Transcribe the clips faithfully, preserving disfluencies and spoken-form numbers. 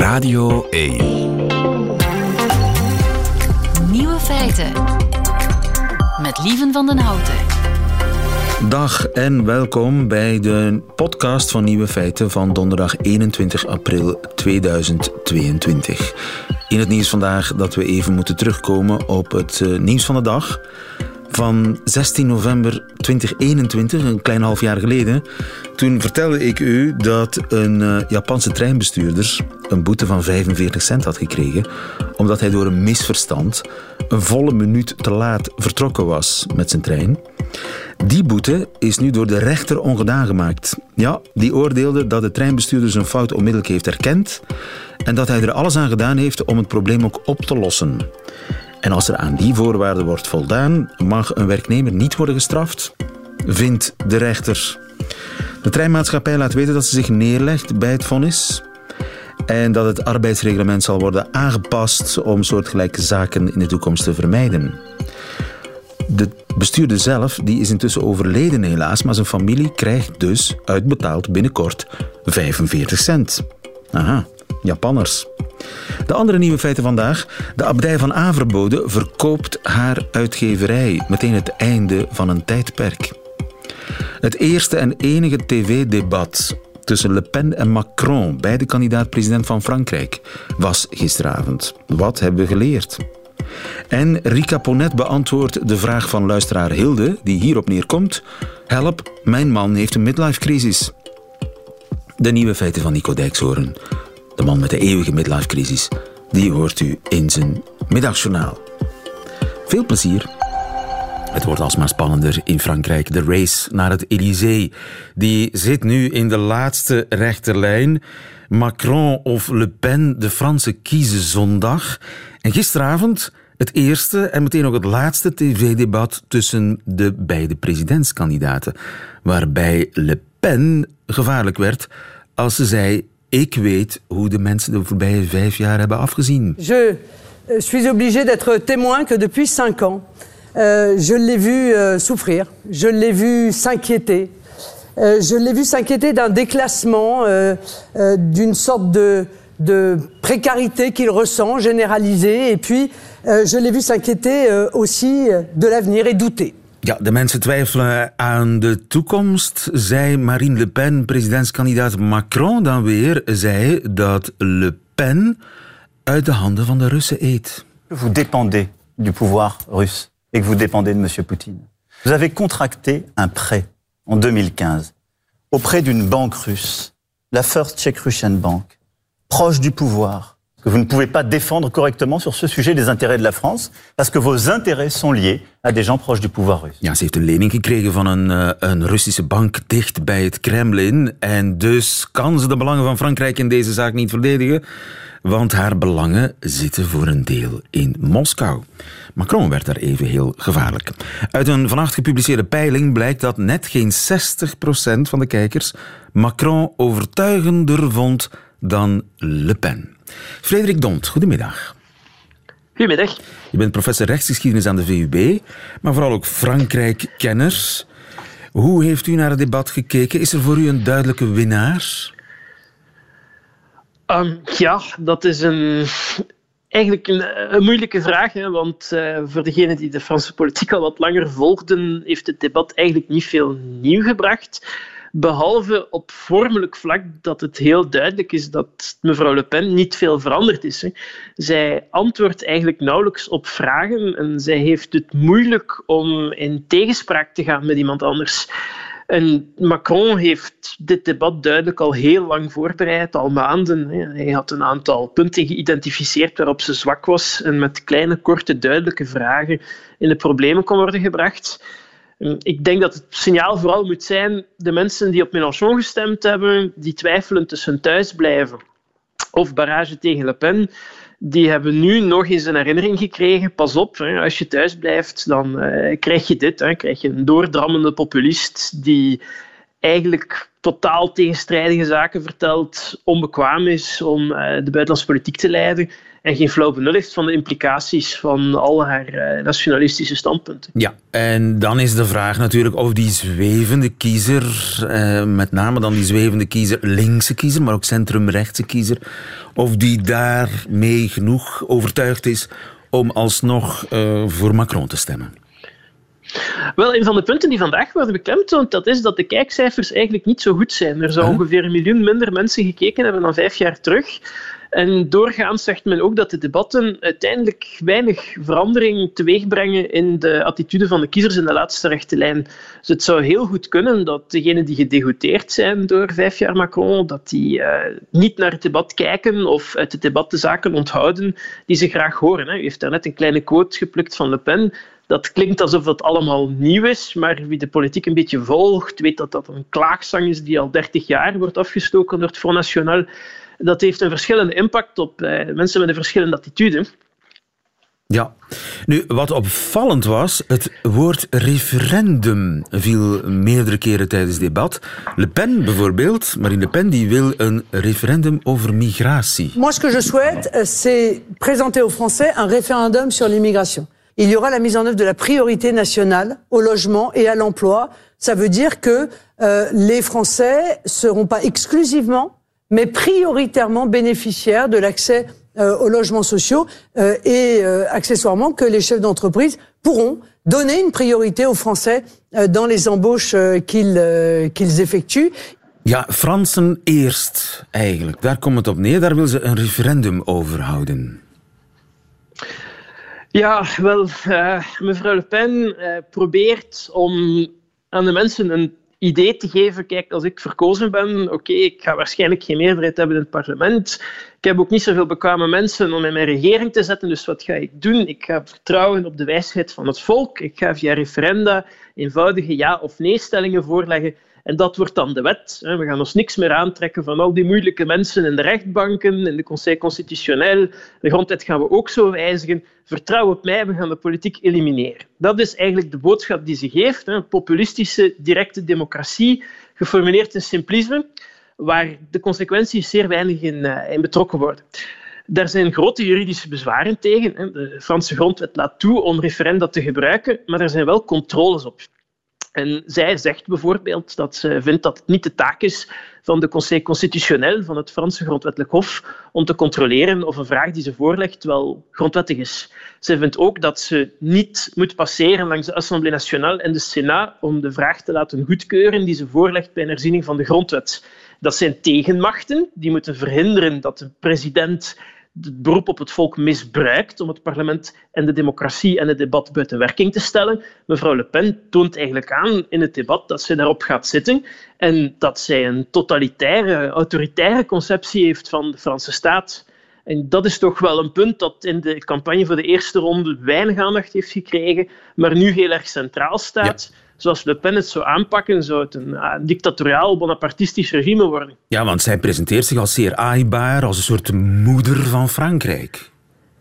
Radio één. Nieuwe feiten. Met Lieven van den Houten. Dag en welkom bij de podcast van Nieuwe Feiten van donderdag eenentwintig april tweeduizend tweeëntwintig. In het nieuws vandaag dat we even moeten terugkomen op het uh, nieuws van de dag van zestien november tweeduizend eenentwintig, een klein half jaar geleden. Toen vertelde ik u dat een uh, Japanse treinbestuurder een boete van vijfenveertig cent had gekregen, omdat hij door een misverstand een volle minuut te laat vertrokken was met zijn trein. Die boete is nu door de rechter ongedaan gemaakt. Ja, die oordeelde dat de treinbestuurder zijn fout onmiddellijk heeft erkend en dat hij er alles aan gedaan heeft om het probleem ook op te lossen. En als er aan die voorwaarden wordt voldaan, mag een werknemer niet worden gestraft, vindt de rechter. De treinmaatschappij laat weten dat ze zich neerlegt bij het vonnis en dat het arbeidsreglement zal worden aangepast om soortgelijke zaken in de toekomst te vermijden. De bestuurder zelf die is intussen overleden helaas, maar zijn familie krijgt dus uitbetaald binnenkort vijfenveertig cent. Aha, Japanners. De andere nieuwe feiten vandaag. De abdij van Averbode verkoopt haar uitgeverij. Meteen het einde van een tijdperk. Het eerste en enige tv-debat tussen Le Pen en Macron, beide kandidaat-president van Frankrijk, was gisteravond. Wat hebben we geleerd? En Rika Ponet beantwoordt de vraag van luisteraar Hilde, die hierop neerkomt: help, mijn man heeft een midlife-crisis. De nieuwe feiten van Nico Dijkshoorn, de man met de eeuwige midlife-crisis, die hoort u in zijn middagjournaal. Veel plezier. Het wordt alsmaar spannender in Frankrijk. De race naar het Élysée, die zit nu in de laatste rechterlijn. Macron of Le Pen, de Fransen kiezen zondag. En gisteravond het eerste en meteen ook het laatste tv-debat tussen de beide presidentskandidaten, waarbij Le Pen gevaarlijk werd als ze zei: ik weet hoe de mensen de voorbije vijf jaar hebben afgezien. Je suis obligé d'être témoin que depuis cinq ans, euh, je l'ai vu euh, souffrir, je l'ai vu s'inquiéter. Euh, je l'ai vu s'inquiéter d'un déclassement, euh, euh, d'une sorte de, de précarité qu'il ressent, généralisée. Et puis, euh, je l'ai vu s'inquiéter euh, aussi de l'avenir et douter. Ja, de mensen twijfelen aan de toekomst, zei Marine Le Pen. Presidentskandidaat Macron dan weer zei dat Le Pen uit de handen van de Russen eet. Vous dépendez du pouvoir russe et que vous dépendez de monsieur Poutine. Vous avez contracté un prêt en deux mille quinze auprès d'une banque russe, la First Czech Russian Bank, proche du pouvoir, que vous ne pouvez pas défendre correctement sur ce sujet des intérêts de la France, parce que vos intérêts sont liés à des gens proches du pouvoir russe. Ja, ze heeft een lening gekregen van een, uh, een Russische bank dicht bij het Kremlin en dus kan ze de belangen van Frankrijk in deze zaak niet verdedigen, want haar belangen zitten voor een deel in Moskou. Macron werd daar even heel gevaarlijk. Uit een vannacht gepubliceerde peiling blijkt dat net geen zestig procent van de kijkers Macron overtuigender vond dan Le Pen. Frederik D'Hondt, goedemiddag. Goedemiddag. Je bent professor rechtsgeschiedenis aan de V U B, maar vooral ook Frankrijk-kenner. Hoe heeft u naar het debat gekeken? Is er voor u een duidelijke winnaar? Um, ja, dat is een, eigenlijk een, een moeilijke vraag. Hè, want uh, voor degenen die de Franse politiek al wat langer volgden, heeft het debat eigenlijk niet veel nieuw gebracht. Behalve op vormelijk vlak dat het heel duidelijk is dat mevrouw Le Pen niet veel veranderd is. Hè. Zij antwoordt eigenlijk nauwelijks op vragen en zij heeft het moeilijk om in tegenspraak te gaan met iemand anders. En Macron heeft dit debat duidelijk al heel lang voorbereid, al maanden. Hij had een aantal punten geïdentificeerd waarop ze zwak was en met kleine, korte, duidelijke vragen in de problemen kon worden gebracht. Ik denk dat het signaal vooral moet zijn, de mensen die op Mélenchon gestemd hebben, die twijfelen tussen thuisblijven of barrage tegen Le Pen, die hebben nu nog eens een herinnering gekregen. Pas op, hè, als je thuis blijft, dan uh, krijg je dit. Hè, krijg je een doordrammende populist die eigenlijk totaal tegenstrijdige zaken vertelt, onbekwaam is om uh, de buitenlandse politiek te leiden en geen flauw benul heeft van de implicaties van al haar uh, nationalistische standpunten. Ja, en dan is de vraag natuurlijk of die zwevende kiezer, uh, met name dan die zwevende kiezer, linkse kiezer, maar ook centrumrechtse kiezer, of die daarmee genoeg overtuigd is om alsnog uh, voor Macron te stemmen. Wel, een van de punten die vandaag worden beklemtoond, dat is dat de kijkcijfers eigenlijk niet zo goed zijn. Er zou huh? ongeveer een miljoen minder mensen gekeken hebben dan vijf jaar terug. En doorgaans zegt men ook dat de debatten uiteindelijk weinig verandering teweegbrengen in de attitude van de kiezers in de laatste rechte lijn. Dus het zou heel goed kunnen dat degenen die gedegoûteerd zijn door vijf jaar Macron, dat die uh, niet naar het debat kijken of uit het debat de zaken onthouden die ze graag horen. Hè. U heeft daarnet een kleine quote geplukt van Le Pen. Dat klinkt alsof dat allemaal nieuw is, maar wie de politiek een beetje volgt, weet dat dat een klaagzang is die al dertig jaar wordt afgestoken door het Front National. Dat heeft een verschillende impact op eh, mensen met een verschillende attitude. Ja. Nu, wat opvallend was, het woord referendum viel meerdere keren tijdens het debat. Le Pen bijvoorbeeld, Marine Le Pen, die wil een referendum over migratie. Moi, ce que je souhaite, c'est présenter aux Français un référendum sur l'immigration. Il y aura la mise en œuvre de la priorité nationale au logement et à l'emploi. Ça veut dire que euh, les Français seront pas exclusivement, mais prioritairement bénéficiaires de l'accès euh, aux logements sociaux euh, et euh, accessoirement que les chefs d'entreprise pourront donner une priorité aux Français euh, dans les embauches euh, qu'ils, euh, qu'ils effectuent. Ja, Fransen eerst eigenlijk. Daar komt het op neer. Daar wil ze een referendum over houden. Ja, wel, uh, mevrouw Le Pen uh, probeert om aan de mensen een idee te geven. Kijk, als ik verkozen ben, oké, okay, ik ga waarschijnlijk geen meerderheid hebben in het parlement. Ik heb ook niet zoveel bekwame mensen om in mijn regering te zetten, dus wat ga ik doen? Ik ga vertrouwen op de wijsheid van het volk. Ik ga via referenda eenvoudige ja- of nee-stellingen voorleggen. En dat wordt dan de wet. We gaan ons niks meer aantrekken van al die moeilijke mensen in de rechtbanken, in de Conseil Constitutionnel. De grondwet gaan we ook zo wijzigen. Vertrouw op mij, we gaan de politiek elimineren. Dat is eigenlijk de boodschap die ze geeft. Een populistische, directe democratie, geformuleerd in simplisme, waar de consequenties zeer weinig in, uh, in betrokken worden. Daar zijn grote juridische bezwaren tegen. De Franse grondwet laat toe om referenda te gebruiken, maar er zijn wel controles op. En zij zegt bijvoorbeeld dat ze vindt dat het niet de taak is van de Conseil Constitutionnel, van het Franse grondwettelijk hof, om te controleren of een vraag die ze voorlegt wel grondwettig is. Zij vindt ook dat ze niet moet passeren langs de Assemblée Nationale en de Sénat om de vraag te laten goedkeuren die ze voorlegt bij een herziening van de grondwet. Dat zijn tegenmachten die moeten verhinderen dat de president het beroep op het volk misbruikt om het parlement en de democratie en het debat buiten werking te stellen. Mevrouw Le Pen toont eigenlijk aan in het debat dat zij daarop gaat zitten en dat zij een totalitaire, autoritaire conceptie heeft van de Franse staat. En dat is toch wel een punt dat in de campagne voor de eerste ronde weinig aandacht heeft gekregen, maar nu heel erg centraal staat. Ja. Zoals Le Pen het zou aanpakken, zou het een uh, dictatoriaal, bonapartistisch regime worden. Ja, want zij presenteert zich als zeer aaibaar, als een soort moeder van Frankrijk.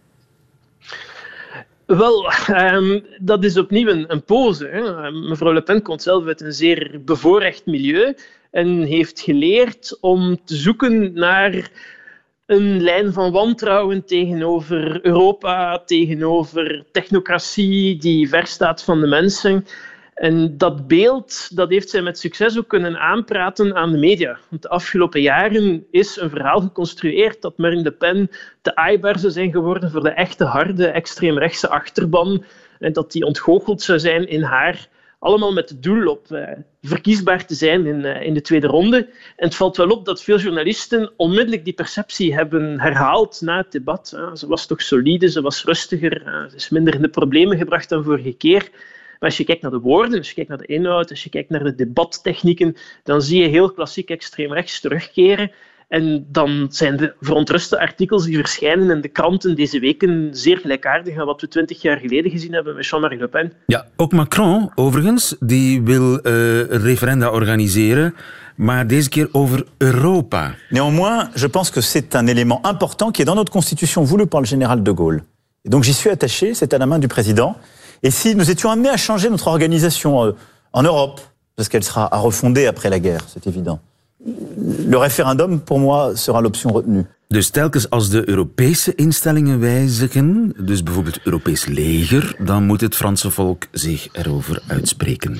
Wel, um, dat is opnieuw een, een pose. Hè. Mevrouw Le Pen komt zelf uit een zeer bevoorrecht milieu en heeft geleerd om te zoeken naar een lijn van wantrouwen tegenover Europa, tegenover technocratie die ver staat van de mensen. En dat beeld dat heeft zij met succes ook kunnen aanpraten aan de media. Want de afgelopen jaren is een verhaal geconstrueerd dat Marine Le Pen te aaibaar zou zijn geworden voor de echte harde extreemrechtse achterban en dat die ontgoocheld zou zijn in haar, allemaal met het doel op uh, verkiesbaar te zijn in, uh, in de tweede ronde. En het valt wel op dat veel journalisten onmiddellijk die perceptie hebben herhaald na het debat. Uh, ze was toch solide, ze was rustiger, uh, ze is minder in de problemen gebracht dan vorige keer. Maar als je kijkt naar de woorden, als je kijkt naar de inhoud, als je kijkt naar de debattechnieken, dan zie je heel klassiek extreem rechts terugkeren. En dan zijn de verontruste artikels die verschijnen in de kranten deze weken zeer gelijkaardig aan wat we twintig jaar geleden gezien hebben met Jean-Marie Le Pen. Ja, ook Macron, overigens, die wil uh, een referenda organiseren, maar deze keer over Europa. Néanmoins, je pense que c'est un élément important qui est dans notre constitution voulue par le général de Gaulle. Et donc j'y suis attaché, c'est à la main du président. Et si nous étions amenés à changer notre organisation euh, en Europe, parce qu'elle sera à refonder après la guerre, c'est évident. Le référendum, pour moi, sera l'option retenue. Dus telkens als de Europese instellingen wijzigen, dus bijvoorbeeld het Europees leger, dan moet het Franse volk zich erover uitspreken.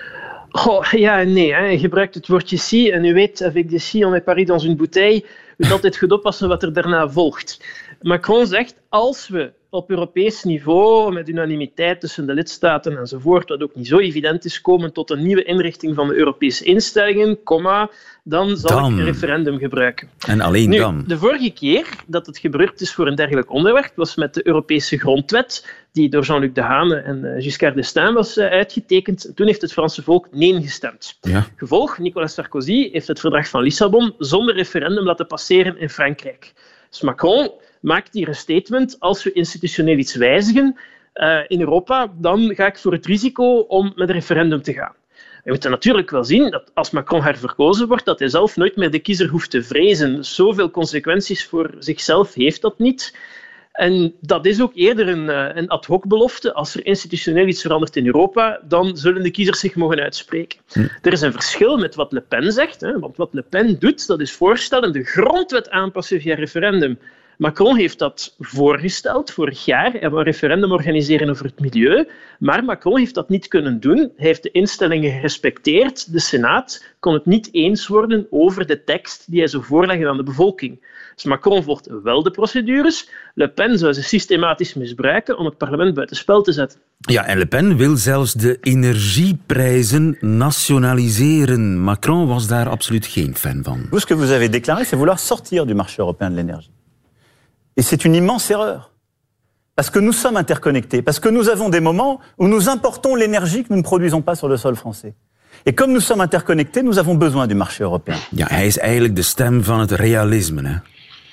Oh, ja en nee. Hè. Je gebruikt het woordje si en u weet, avec des si on met Paris dans une bouteille. U moet altijd goed oppassen wat er daarna volgt. Macron zegt, als we op Europees niveau, met unanimiteit tussen de lidstaten enzovoort, wat ook niet zo evident is, komen tot een nieuwe inrichting van de Europese instellingen, comma, dan zal dan. ik een referendum gebruiken. En alleen nu, dan. De vorige keer dat het gebeurd is voor een dergelijk onderwerp was met de Europese grondwet, die door Jean-Luc Dehaene en Giscard d'Estaing was uitgetekend. Toen heeft het Franse volk nee gestemd. Ja. Gevolg, Nicolas Sarkozy heeft het verdrag van Lissabon zonder referendum laten passeren in Frankrijk. Dus Macron maakt hier een statement, als we institutioneel iets wijzigen uh, in Europa, dan ga ik voor het risico om met een referendum te gaan. We moeten natuurlijk wel zien dat als Macron herverkozen wordt, dat hij zelf nooit meer de kiezer hoeft te vrezen. Zoveel consequenties voor zichzelf heeft dat niet. En dat is ook eerder een, een ad hoc belofte. Als er institutioneel iets verandert in Europa, dan zullen de kiezers zich mogen uitspreken. Hm. Er is een verschil met wat Le Pen zegt, hè, want wat Le Pen doet, dat is voorstellen de grondwet aanpassen via referendum. Macron heeft dat voorgesteld vorig jaar. Hij wil een referendum organiseren over het milieu. Maar Macron heeft dat niet kunnen doen. Hij heeft de instellingen gerespecteerd. De Senaat kon het niet eens worden over de tekst die hij zou voorleggen aan de bevolking. Dus Macron volgt wel de procedures. Le Pen zou ze systematisch misbruiken om het parlement buitenspel te zetten. Ja, en Le Pen wil zelfs de energieprijzen nationaliseren. Macron was daar absoluut geen fan van. Vous, ce que vous avez déclaré, c'est vouloir sortir du marché européen de l'énergie. Et c'est une immense erreur. Parce que nous sommes interconnectés. Parce que nous avons des moments où nous importons l'énergie que nous ne produisons pas sur le sol français. Et comme nous sommes interconnectés, nous avons besoin du marché européen. Ja, hij is eigenlijk de stem van het realisme, hè?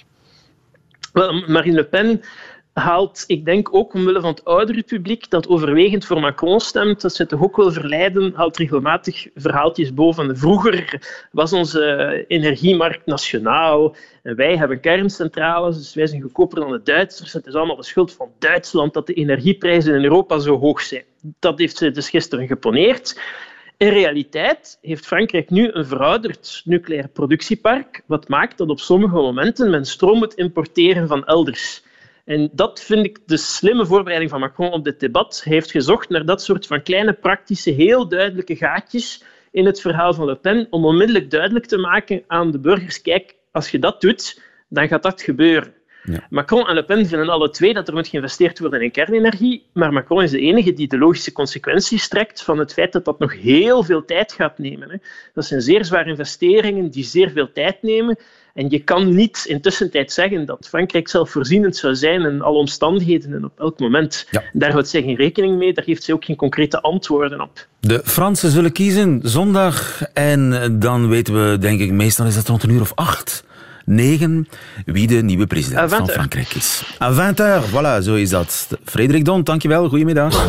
Wel, Marine Le Pen haalt, ik denk ook omwille van het oudere publiek dat overwegend voor Macron stemt, dat ze toch ook wel verleiden, haalt regelmatig verhaaltjes boven. Vroeger was onze energiemarkt nationaal en wij hebben kerncentrales, dus wij zijn goedkoper dan de Duitsers. Het is allemaal de schuld van Duitsland dat de energieprijzen in Europa zo hoog zijn. Dat heeft ze dus gisteren geponeerd. In realiteit heeft Frankrijk nu een verouderd nucleair productiepark, wat maakt dat op sommige momenten men stroom moet importeren van elders. En dat vind ik de slimme voorbereiding van Macron op dit debat. Hij heeft gezocht naar dat soort van kleine, praktische, heel duidelijke gaatjes in het verhaal van Le Pen, om onmiddellijk duidelijk te maken aan de burgers, kijk, als je dat doet, dan gaat dat gebeuren. Ja. Macron en Le Pen vinden alle twee dat er moet geïnvesteerd worden in kernenergie, maar Macron is de enige die de logische consequenties trekt van het feit dat dat nog heel veel tijd gaat nemen. Hè. Dat zijn zeer zware investeringen die zeer veel tijd nemen. En je kan niet in tussentijd zeggen dat Frankrijk zelfvoorzienend zou zijn in alle omstandigheden en op elk moment. Ja. Daar houdt zij geen rekening mee, daar geeft zij ook geen concrete antwoorden op. De Fransen zullen kiezen zondag en dan weten we, denk ik, meestal is dat rond een uur of acht. Negen, wie de nieuwe president van Frankrijk is. À vingt heures, voilà, zo is dat. Frederik Don, dankjewel, goedemiddag.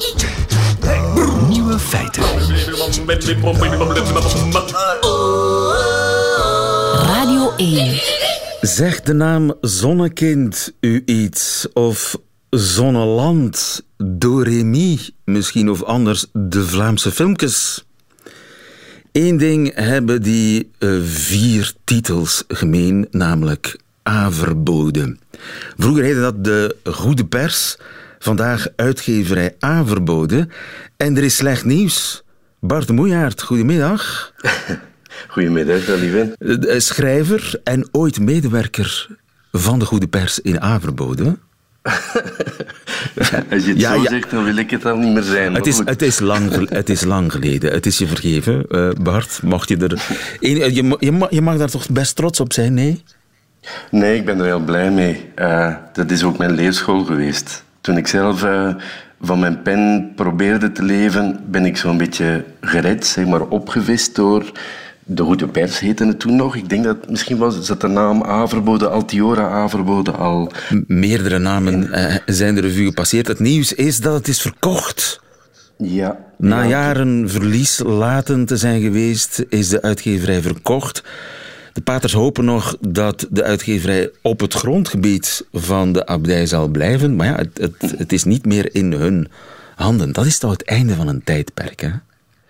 Nieuwe feiten. Radio één. Zegt de naam Zonnekind u iets? Of Zonneland, Doremi, misschien of anders de Vlaamse filmpjes? Eén ding hebben die uh, vier titels gemeen, namelijk Averbode. Vroeger heette dat de Goede Pers, vandaag uitgeverij Averbode. En er is slecht nieuws. Bart de Moejaert, goedemiddag. Goedemiddag, lieve. Uh, schrijver en ooit medewerker van de Goede Pers in Averbode. Ja, als je het ja, zo ja. zegt, dan wil ik het al niet meer zijn. Het is, het, is lang, het is lang geleden. Het is je vergeven, uh, Bart. Mocht je, er, je, je, mag, je mag daar toch best trots op zijn, nee? Nee, ik ben er heel blij mee. Uh, dat is ook mijn leerschool geweest. Toen ik zelf uh, van mijn pen probeerde te leven, ben ik zo'n beetje gered, zeg maar, opgevist door... De Goede Pers heette het toen nog. Ik denk dat misschien was dat de naam Averbode, Altiora Averbode al... Meerdere namen uh, zijn de revue gepasseerd. Het nieuws is dat het is verkocht. Ja. Na ja. jaren verlies laten te zijn geweest, is de uitgeverij verkocht. De paters hopen nog dat de uitgeverij op het grondgebied van de abdij zal blijven. Maar ja, het, het, het is niet meer in hun handen. Dat is toch het einde van een tijdperk, hè?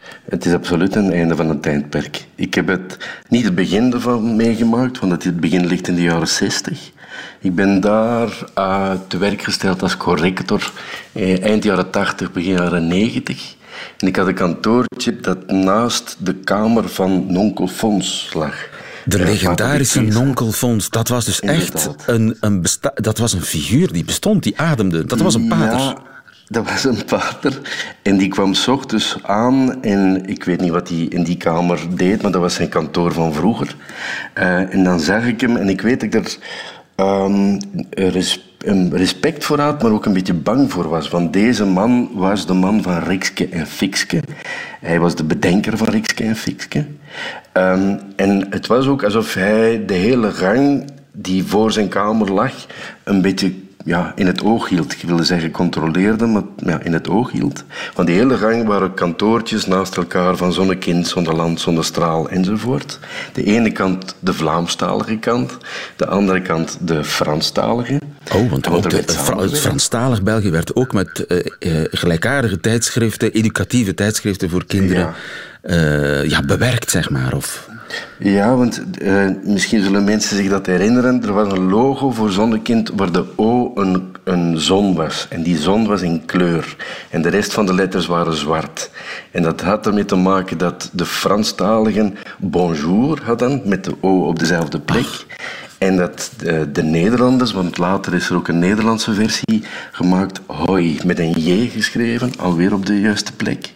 Het is absoluut een einde van een tijdperk. Ik heb het, niet het begin ervan meegemaakt, want het begin ligt in de jaren zestig. Ik ben daar uh, te werk gesteld als corrector eh, eind jaren tachtig, begin jaren negentig. En ik had een kantoortje dat naast de kamer van nonkel Fons lag. De legendarische nonkel Fons, dat was dus echt een, een, besta- dat was een figuur die bestond, die ademde. Dat was een pater. Ja, dat was een pater. En die kwam 's ochtends aan en ik weet niet wat hij in die kamer deed, maar dat was zijn kantoor van vroeger. Uh, en dan zag ik hem en ik weet dat ik er um, res- respect voor had, maar ook een beetje bang voor was. Want deze man was de man van Rikske en Fikske. Hij was de bedenker van Rikske en Fikske. Um, en het was ook alsof hij de hele gang die voor zijn kamer lag een beetje ja, in het oog hield. Ik wilde zeggen controleerde, maar ja, in het oog hield. Want die hele gang waren kantoortjes naast elkaar van Zonnekind, Zonneland, Zonnestraal enzovoort. De ene kant de Vlaamstalige kant, de andere kant de Franstalige. Oh, want ook de, Fra- het Franstalig België werd ook met uh, uh, gelijkaardige tijdschriften, educatieve tijdschriften voor kinderen, ja. Uh, ja, bewerkt, zeg maar. Of... Ja, want uh, misschien zullen mensen zich dat herinneren. Er was een logo voor Zonnekind waar de O een, een zon was. En die zon was in kleur. En de rest van de letters waren zwart. En dat had ermee te maken dat de Franstaligen bonjour hadden, met de O op dezelfde plek. Ach. En dat de, de Nederlanders, want later is er ook een Nederlandse versie gemaakt, hoi, met een J geschreven, alweer op de juiste plek.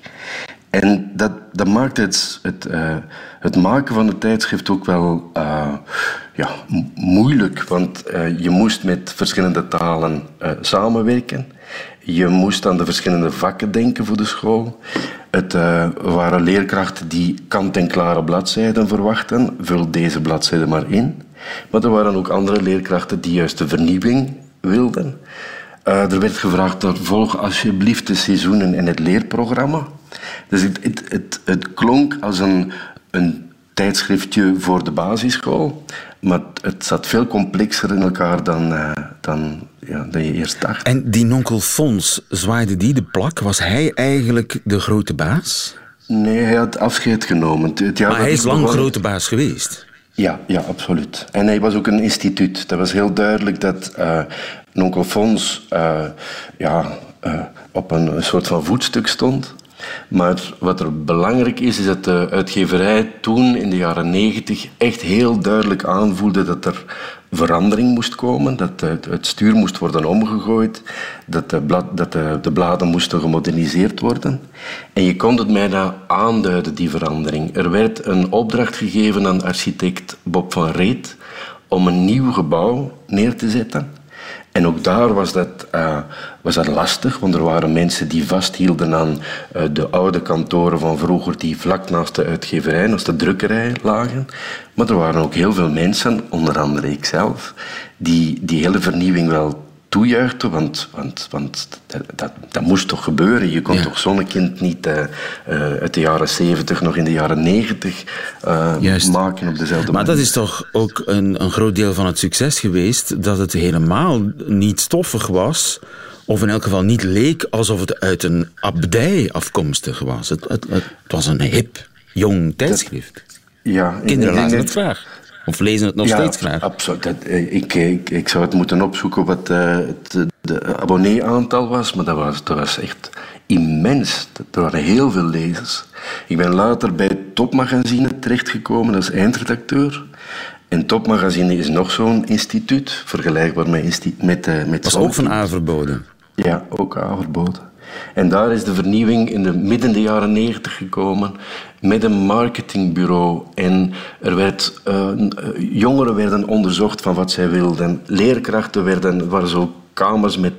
En dat, dat maakte het, het, uh, het maken van het tijdschrift ook wel uh, ja, m- moeilijk. Want uh, je moest met verschillende talen uh, samenwerken. Je moest aan de verschillende vakken denken voor de school. Het uh, waren leerkrachten die kant-en-klare bladzijden verwachten. Vul deze bladzijde maar in. Maar er waren ook andere leerkrachten die juist de vernieuwing wilden. Uh, er werd gevraagd, volg alsjeblieft de seizoenen en het leerprogramma. Dus het, het, het, het klonk als een, een tijdschriftje voor de basisschool, maar het zat veel complexer in elkaar dan, uh, dan, ja, dan je eerst dacht. En die nonkel Fons, zwaaide die de plak? Was hij eigenlijk de grote baas? Nee, hij had afscheid genomen. Het jaar maar hij is lang begon... grote baas geweest. Ja, ja, absoluut. En hij was ook een instituut. Dat was heel duidelijk dat uh, nonkel Fons uh, ja, uh, op een, een soort van voetstuk stond. Maar wat er belangrijk is, is dat de uitgeverij toen in de jaren negentig echt heel duidelijk aanvoelde dat er verandering moest komen, dat het stuur moest worden omgegooid, dat de, blad, dat de, de bladen moesten gemoderniseerd worden. En je kon het bijna aanduiden, die verandering. Er werd een opdracht gegeven aan architect Bob van Reet om een nieuw gebouw neer te zetten. En ook daar was dat, uh, was dat lastig, want er waren mensen die vasthielden aan uh, de oude kantoren van vroeger die vlak naast de uitgeverij, naast de drukkerij lagen. Maar er waren ook heel veel mensen, onder andere ikzelf, die die hele vernieuwing wel toejuichten, want, want, want dat, dat, dat moest toch gebeuren. Je kon ja. toch Zonnekind niet uh, uh, uit de jaren zeventig nog in de jaren negentig uh, maken op dezelfde maar manier. Maar dat is toch ook een, een groot deel van het succes geweest, dat het helemaal niet stoffig was, of in elk geval niet leek alsof het uit een abdij afkomstig was. Het, het, het was een hip, jong tijdschrift. Dat, ja, kinderen laten het graag. Of lezen het nog ja, steeds graag? Absoluut. Dat, ik, ik, ik zou het moeten opzoeken wat uh, het de abonnee-aantal was, maar dat was, dat was echt immens. Er waren heel veel lezers. Ik ben later bij Topmagazine terechtgekomen als eindredacteur. En Topmagazine is nog zo'n instituut, vergelijkbaar met... Insti- met, uh, met was ook van Averboden? Ja, ook Averboden. En daar is de vernieuwing in de midden de jaren negentig gekomen met een marketingbureau. En er werd, uh, jongeren werden onderzocht van wat zij wilden. Leerkrachten werden, waren zo kamers met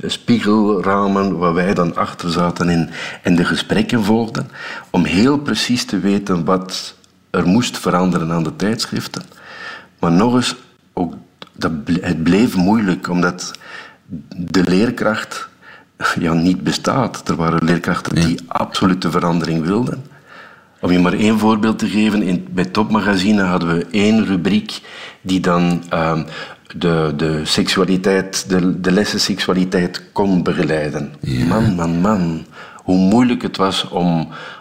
spiegelramen waar wij dan achter zaten in, en de gesprekken volgden. Om heel precies te weten wat er moest veranderen aan de tijdschriften. Maar nog eens, ook, dat, het bleef moeilijk, omdat de leerkracht ja, niet bestaat. Er waren leerkrachten die ja. absolute verandering wilden. Om je maar één voorbeeld te geven, in, bij Topmagazine hadden we één rubriek die dan uh, de, de seksualiteit, de, de lessen seksualiteit kon begeleiden. Ja. Man, man, man. Hoe moeilijk het was om,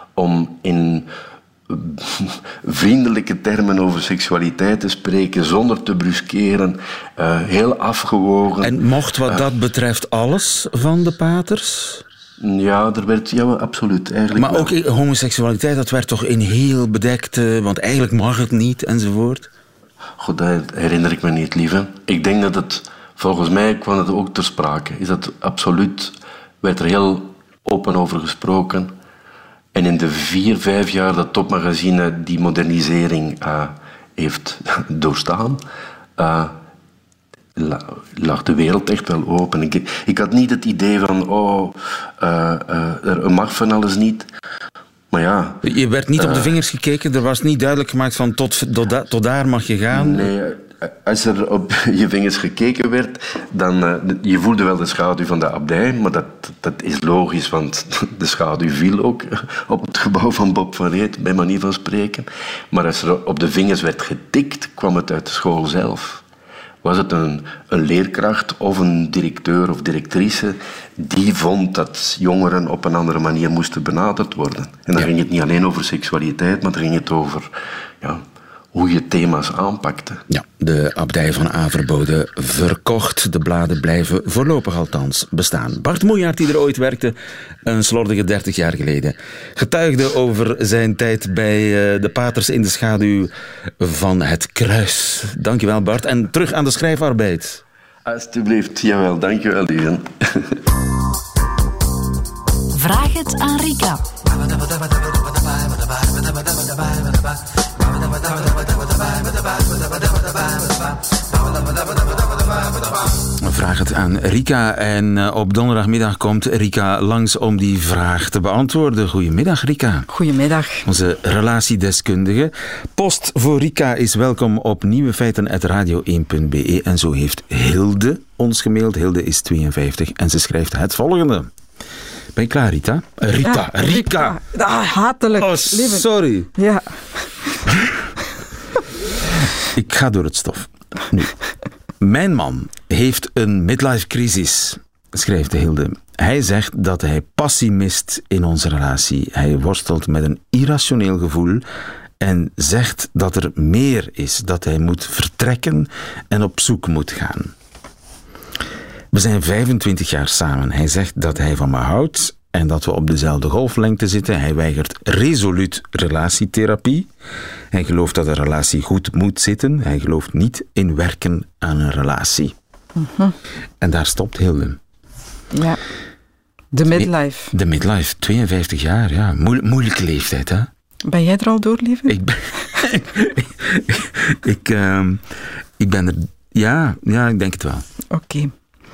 om in vriendelijke termen over seksualiteit te spreken, zonder te bruskeren, uh, heel afgewogen. En mocht wat uh, dat betreft alles van de paters? Ja, er werd, ja, absoluut. Eigenlijk maar wel. Ook homoseksualiteit, dat werd toch in heel bedekt, uh, want eigenlijk mag het niet, enzovoort? Goed, dat herinner ik me niet, lieve. Ik denk dat het, volgens mij kwam het ook ter sprake. Is dat absoluut, werd er heel open over gesproken. En in de vier, vijf jaar dat Topmagazine die modernisering uh, heeft doorstaan, uh, lag de wereld echt wel open. Ik, ik had niet het idee van, oh, uh, uh, er mag van alles niet. Maar ja... Je werd niet uh, op de vingers gekeken, er was niet duidelijk gemaakt van tot, tot, da, tot daar mag je gaan? Nee, als er op je vingers gekeken werd, dan... Uh, je voelde wel de schaduw van de abdij, maar dat, dat is logisch, want de schaduw viel ook op het gebouw van Bob van Reet, bij manier van spreken. Maar als er op de vingers werd getikt, kwam het uit de school zelf. Was het een, een leerkracht of een directeur of directrice die vond dat jongeren op een andere manier moesten benaderd worden. En dan ja. ging het niet alleen over seksualiteit, maar dan ging het over ja, hoe je thema's aanpakte. Ja, de abdij van Averboden verkocht. De bladen blijven voorlopig althans bestaan. Bart Moejaert, die er ooit werkte, een slordige dertig jaar geleden, getuigde over zijn tijd bij de paters in de schaduw van het kruis. Dankjewel, Bart. En terug aan de schrijfarbeid. Alsjeblieft, jawel, dankjewel, lieve. Vraag het aan Rika. Vraag het aan Rika en op donderdagmiddag komt Rika langs om die vraag te beantwoorden. Goedemiddag, Rika. Goedemiddag. Onze relatiedeskundige. Post voor Rika is welkom op nieuwefeiten apenstaartje radio één punt b e en zo heeft Hilde ons gemaild. Hilde is tweeënvijftig en ze schrijft het volgende. Ben je klaar, Rita? Uh, Rita, ja, Rika. Rika. Ah, hatelijk. Oh, sorry. Ja. Ik ga door het stof. Nu. Mijn man heeft een midlife crisis, schrijft Hilde. Hij zegt dat hij passie mist in onze relatie. Hij worstelt met een irrationeel gevoel en zegt dat er meer is, dat hij moet vertrekken en op zoek moet gaan. We zijn vijfentwintig jaar samen. Hij zegt dat hij van me houdt en dat we op dezelfde golflengte zitten. Hij weigert resoluut relatietherapie. Hij gelooft dat een relatie goed moet zitten. Hij gelooft niet in werken aan een relatie. Mm-hmm. En daar stopt Hilde. Ja. De midlife. De midlife, tweeënvijftig jaar, ja. Moe- moeilijke leeftijd, hè? Ben jij er al door, lieve? Ik ben... ik, uh, ik ben er... Ja, ja, ik denk het wel. Oké. Okay.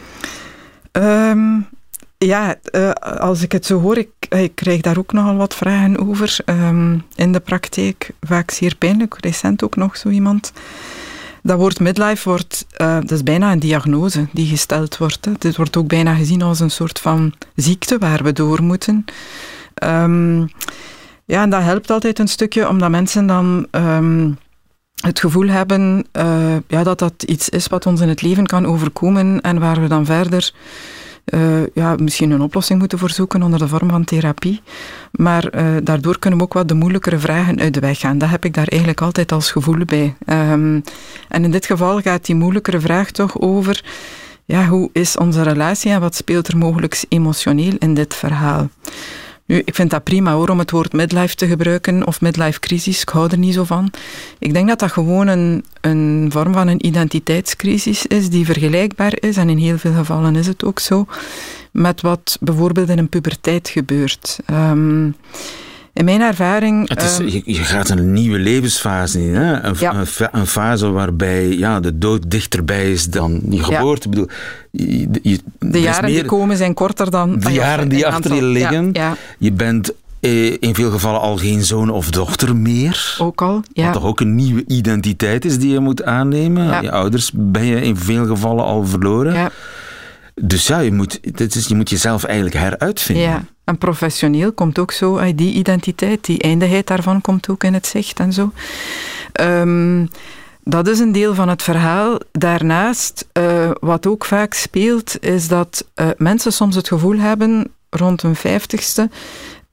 Um, ja, uh, als ik het zo hoor, ik, ik krijg daar ook nogal wat vragen over. Um, in de praktijk, vaak zeer pijnlijk. Recent ook nog zo iemand. Dat woord midlife wordt, uh, dat is bijna een diagnose die gesteld wordt. Hè. Dit wordt ook bijna gezien als een soort van ziekte waar we door moeten. Um, ja, en dat helpt altijd een stukje, omdat mensen dan... Um, het gevoel hebben uh, ja, dat dat iets is wat ons in het leven kan overkomen en waar we dan verder uh, ja, misschien een oplossing moeten voor zoeken onder de vorm van therapie. Maar uh, daardoor kunnen we ook wat de moeilijkere vragen uit de weg gaan. Dat heb ik daar eigenlijk altijd als gevoel bij. Um, en in dit geval gaat die moeilijkere vraag toch over ja, hoe is onze relatie en wat speelt er mogelijk emotioneel in dit verhaal. Nu, ik vind dat prima hoor, om het woord midlife te gebruiken, of midlife crisis, ik hou er niet zo van. Ik denk dat dat gewoon een, een vorm van een identiteitscrisis is, die vergelijkbaar is, en in heel veel gevallen is het ook zo, met wat bijvoorbeeld in een puberteit gebeurt. Um, in mijn ervaring... Het is, je, je gaat een nieuwe levensfase in, hè? Een, ja. een, een fase waarbij ja, de dood dichterbij is dan je geboorte. Ja. Ik bedoel, je, je, de jaren meer, die komen zijn korter dan... De jaren die achter je liggen. Ja, ja. Je bent eh, in veel gevallen al geen zoon of dochter meer. Ook al, ja. Wat toch ook een nieuwe identiteit is die je moet aannemen. Ja. Je ouders ben je in veel gevallen al verloren. Ja. Dus ja, je moet, dit is, je moet jezelf eigenlijk heruitvinden. Ja. En professioneel komt ook zo, die identiteit, die eindigheid daarvan komt ook in het zicht en zo. Um, dat is een deel van het verhaal. Daarnaast, uh, wat ook vaak speelt, is dat uh, mensen soms het gevoel hebben, rond hun vijftigste,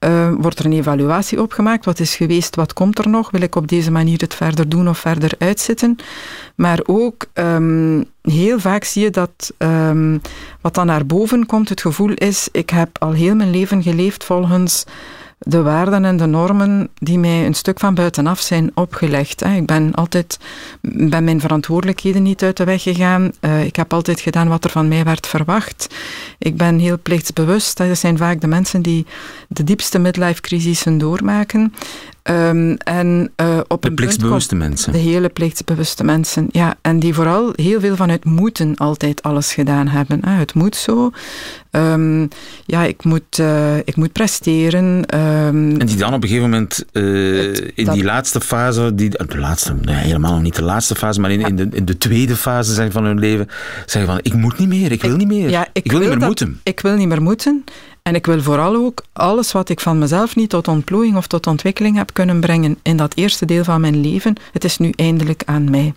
uh, wordt er een evaluatie opgemaakt. Wat is geweest, wat komt er nog? Wil ik op deze manier het verder doen of verder uitzitten? Maar ook um, heel vaak zie je dat um, wat dan naar boven komt, het gevoel is, ik heb al heel mijn leven geleefd volgens de waarden en de normen die mij een stuk van buitenaf zijn opgelegd. Ik ben altijd ben mijn verantwoordelijkheden niet uit de weg gegaan. Ik heb altijd gedaan wat er van mij werd verwacht. Ik ben heel plichtsbewust. Dat zijn vaak de mensen die de diepste midlife-crisissen doormaken. Um, en, uh, op de een plichtsbewuste punt mensen. De hele plichtsbewuste mensen, ja. En die vooral heel veel vanuit moeten altijd alles gedaan hebben. Hè. Het moet zo. Um, ja, ik moet, uh, ik moet presteren. Um, en die dan op een gegeven moment uh, het, in dat, die laatste fase, die, de laatste, nee, helemaal nog niet de laatste fase, maar in, ja. in, de, in de tweede fase zeg, van hun leven, zeggen van, ik moet niet meer, ik wil ik, niet meer. Ja, ik, ik wil, wil niet meer dat, moeten. Ik wil niet meer moeten. En ik wil vooral ook alles wat ik van mezelf niet tot ontplooiing of tot ontwikkeling heb kunnen brengen in dat eerste deel van mijn leven, het is nu eindelijk aan mij.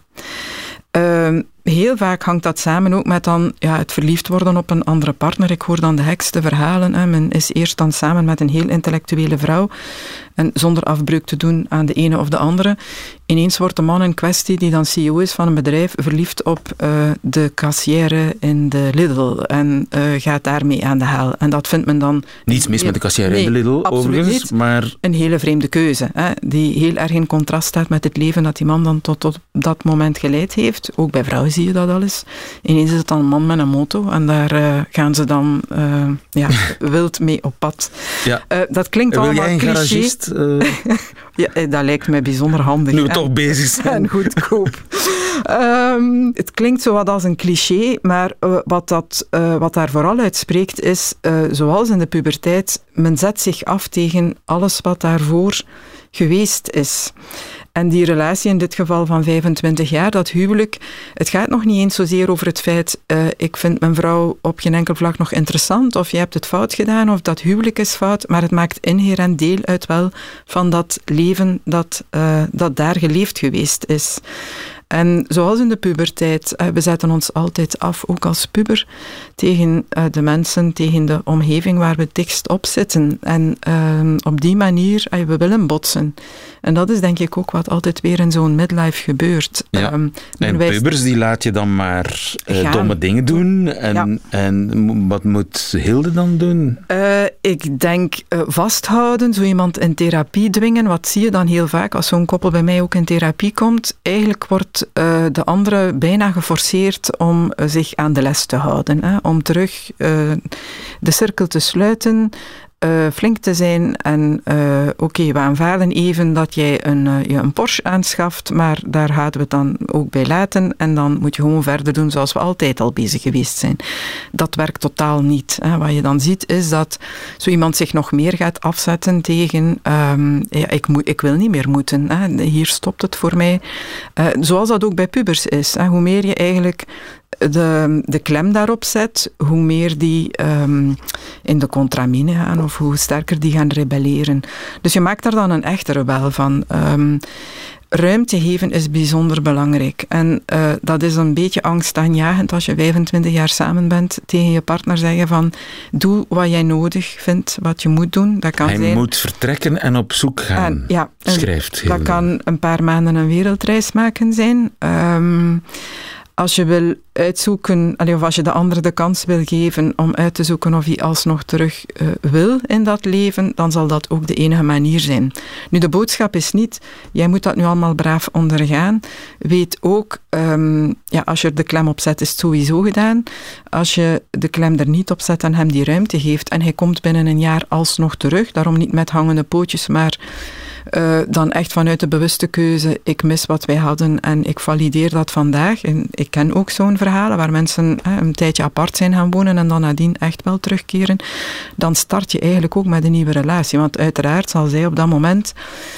Uh, heel vaak hangt dat samen ook met dan, ja, het verliefd worden op een andere partner. Ik hoor dan de gekste verhalen. Hè. Men is eerst dan samen met een heel intellectuele vrouw en zonder afbreuk te doen aan de ene of de andere. Ineens wordt de man in kwestie, die dan C E O is van een bedrijf, verliefd op uh, de kassière in de Lidl en uh, gaat daarmee aan de haal. En dat vindt men dan... Niets mis heel, met de kassière nee, in de Lidl, overigens, niet, maar... Een hele vreemde keuze, hè, die heel erg in contrast staat met het leven dat die man dan tot, tot dat moment geleid heeft. Ook bij vrouwen zie je dat al eens. Ineens is het dan een man met een moto en daar uh, gaan ze dan uh, ja, wild mee op pad. Ja. Uh, dat klinkt Wil allemaal jij een cliché. Garagist, uh... ja, dat lijkt mij bijzonder handig. Nu we toch bezig zijn. En goedkoop. um, het klinkt zo wat als een cliché, maar uh, wat, dat, uh, wat daar vooral uit spreekt is, uh, zoals in de puberteit, men zet zich af tegen alles wat daarvoor geweest is. En die relatie, in dit geval van vijfentwintig jaar, dat huwelijk, het gaat nog niet eens zozeer over het feit, uh, ik vind mijn vrouw op geen enkel vlak nog interessant, of je hebt het fout gedaan, of dat huwelijk is fout, maar het maakt inherent deel uit wel van dat leven dat, uh, dat daar geleefd geweest is. En zoals in de puberteit, we zetten ons altijd af, ook als puber, tegen de mensen, tegen de omgeving waar we het dichtst op zitten. En uh, op die manier, we willen botsen. En dat is denk ik ook wat altijd weer in zo'n midlife gebeurt. Ja. Um, en wij pubers, die laat je dan maar uh, domme dingen doen. En, ja. en wat moet Hilde dan doen? Uh, ik denk uh, vasthouden, zo iemand in therapie dwingen. Wat zie je dan heel vaak als zo'n koppel bij mij ook in therapie komt? Eigenlijk wordt Uh, de andere bijna geforceerd om uh, zich aan de les te houden. Hè? Om terug uh, de cirkel te sluiten, uh, flink te zijn en uh, oké, okay, we aanvaarden even dat jij een, uh, je een Porsche aanschaft, maar daar gaan we het dan ook bij laten en dan moet je gewoon verder doen zoals we altijd al bezig geweest zijn. Dat werkt totaal niet. Hè. Wat je dan ziet is dat zo iemand zich nog meer gaat afzetten tegen um, ja, ik, moet, ik wil niet meer moeten. Hè. Hier stopt het voor mij. Uh, zoals dat ook bij pubers is. Hè. Hoe meer je eigenlijk de, de klem daarop zet, hoe meer die um, in de contramine gaan of hoe sterker die gaan rebelleren. Dus je maakt daar dan een echte rebel van. Um, Ruimte geven is bijzonder belangrijk. En uh, dat is een beetje angstaanjagend als je vijfentwintig jaar samen bent, tegen je partner zeggen van doe wat jij nodig vindt, wat je moet doen. Dat kan Hij zijn... moet vertrekken en op zoek gaan, en, ja, schrijft Hilde. Dat kan een paar maanden een wereldreis maken zijn. Um, Als je wil uitzoeken, of als je de andere de kans wil geven om uit te zoeken of hij alsnog terug uh, wil in dat leven, dan zal dat ook de enige manier zijn. Nu, de boodschap is niet, jij moet dat nu allemaal braaf ondergaan. Weet ook, um, ja, als je er de klem op zet, is het sowieso gedaan. Als je de klem er niet op zet en hem die ruimte geeft en hij komt binnen een jaar alsnog terug, daarom niet met hangende pootjes, maar Uh, dan echt vanuit de bewuste keuze, ik mis wat wij hadden en ik valideer dat vandaag. En ik ken ook zo'n verhalen waar mensen uh, een tijdje apart zijn gaan wonen en dan nadien echt wel terugkeren. Dan start je eigenlijk ook met een nieuwe relatie. Want uiteraard zal zij op dat moment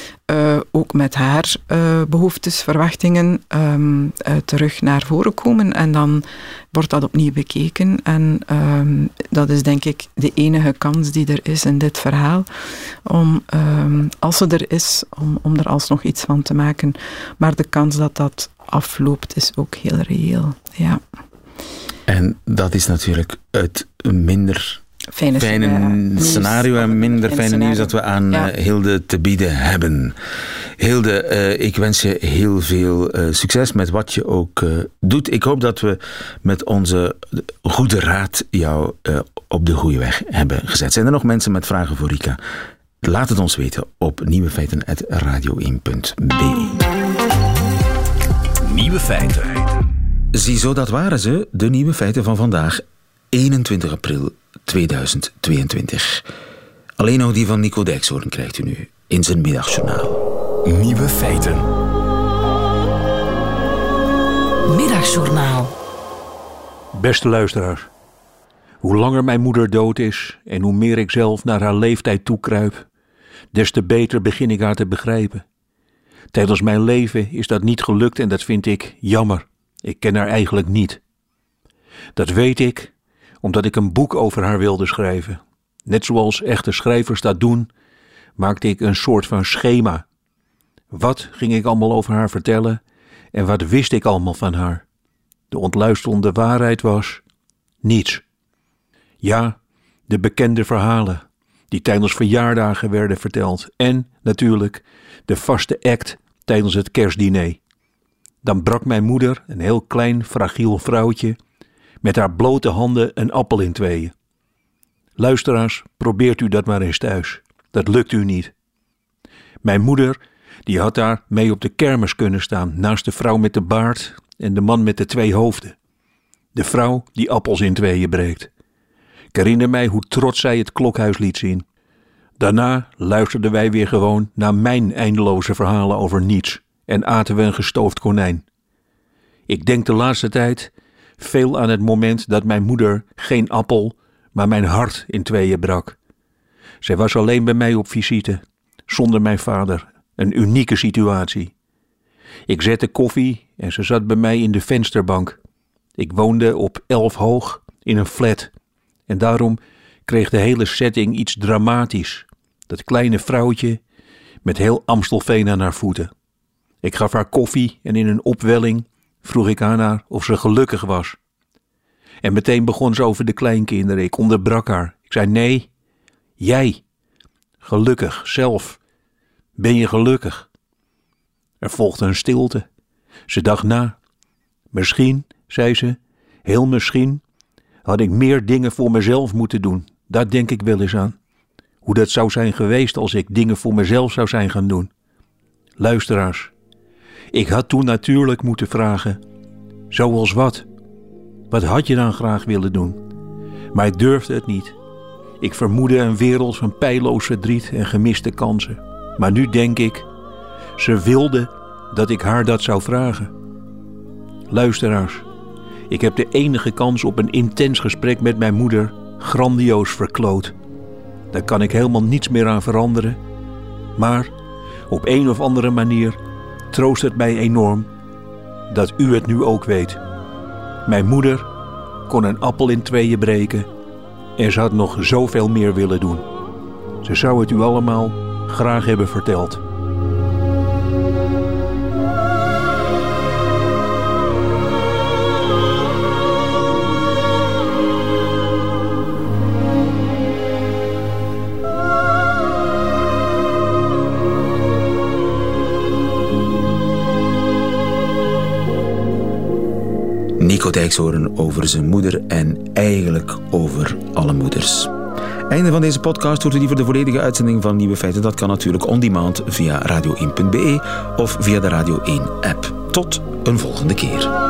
Uh, ook met haar uh, behoeftes, verwachtingen um, uh, terug naar voren komen en dan wordt dat opnieuw bekeken en um, dat is denk ik de enige kans die er is in dit verhaal om, um, als ze er is, om, om er alsnog iets van te maken. Maar de kans dat dat afloopt is ook heel reëel. Ja. En dat is natuurlijk het minder fijne, fijne uh, scenario nieuws, en minder fijn fijne scenario. nieuws dat we aan ja. uh, Hilde te bieden hebben. Hilde, uh, ik wens je heel veel uh, succes met wat je ook uh, doet. Ik hoop dat we met onze goede raad jou uh, op de goede weg hebben gezet. Zijn er nog mensen met vragen voor Rika? Laat het ons weten op nieuwefeiten apenstaartje radio één punt b e. Nieuwe feiten. Ziezo, dat waren ze, de nieuwe feiten van vandaag, eenentwintig april tweeduizend tweeëntwintig. Alleen nog die van Nico Dijkshoorn krijgt u nu in zijn middagjournaal. Nieuwe feiten. Middagjournaal. Beste luisteraars. Hoe langer mijn moeder dood is en hoe meer ik zelf naar haar leeftijd toekruip, des te beter begin ik haar te begrijpen. Tijdens mijn leven is dat niet gelukt en dat vind ik jammer. Ik ken haar eigenlijk niet. Dat weet ik omdat ik een boek over haar wilde schrijven. Net zoals echte schrijvers dat doen, maakte ik een soort van schema. Wat ging ik allemaal over haar vertellen en wat wist ik allemaal van haar? De ontluisterende waarheid was niets. Ja, de bekende verhalen die tijdens verjaardagen werden verteld en natuurlijk de vaste act tijdens het kerstdiner. Dan brak mijn moeder, een heel klein, fragiel vrouwtje, met haar blote handen een appel in tweeën. Luisteraars, probeert u dat maar eens thuis. Dat lukt u niet. Mijn moeder, die had daar mee op de kermis kunnen staan, naast de vrouw met de baard en de man met de twee hoofden. De vrouw die appels in tweeën breekt. Ik herinner mij hoe trots zij het klokhuis liet zien. Daarna luisterden wij weer gewoon naar mijn eindeloze verhalen over niets en aten we een gestoofd konijn. Ik denk de laatste tijd veel aan het moment dat mijn moeder geen appel, maar mijn hart in tweeën brak. Zij was alleen bij mij op visite, zonder mijn vader. Een unieke situatie. Ik zette koffie en ze zat bij mij in de vensterbank. Ik woonde op elf hoog in een flat. En daarom kreeg de hele setting iets dramatisch. Dat kleine vrouwtje met heel Amstelveen aan haar voeten. Ik gaf haar koffie en in een opwelling vroeg ik aan haar of ze gelukkig was. En meteen begon ze over de kleinkinderen. Ik onderbrak haar. Ik zei nee, jij. Gelukkig, zelf. Ben je gelukkig? Er volgde een stilte. Ze dacht na. Misschien, zei ze, heel misschien, had ik meer dingen voor mezelf moeten doen. Daar denk ik wel eens aan. Hoe dat zou zijn geweest als ik dingen voor mezelf zou zijn gaan doen. Luisteraars, ik had toen natuurlijk moeten vragen, zoals wat? Wat had je dan graag willen doen? Maar ik durfde het niet. Ik vermoedde een wereld van pijloos verdriet en gemiste kansen. Maar nu denk ik, ze wilde dat ik haar dat zou vragen. Luisteraars, ik heb de enige kans op een intens gesprek met mijn moeder grandioos verkloot. Daar kan ik helemaal niets meer aan veranderen. Maar op een of andere manier troost het mij enorm dat u het nu ook weet. Mijn moeder kon een appel in tweeën breken en ze had nog zoveel meer willen doen. Ze zou het u allemaal graag hebben verteld. Nico Dijkshoorn over zijn moeder en eigenlijk over alle moeders. Einde van deze podcast. Hoort u die voor de volledige uitzending van Nieuwe Feiten? Dat kan natuurlijk on demand via radio één punt b e of via de Radio één app. Tot een volgende keer.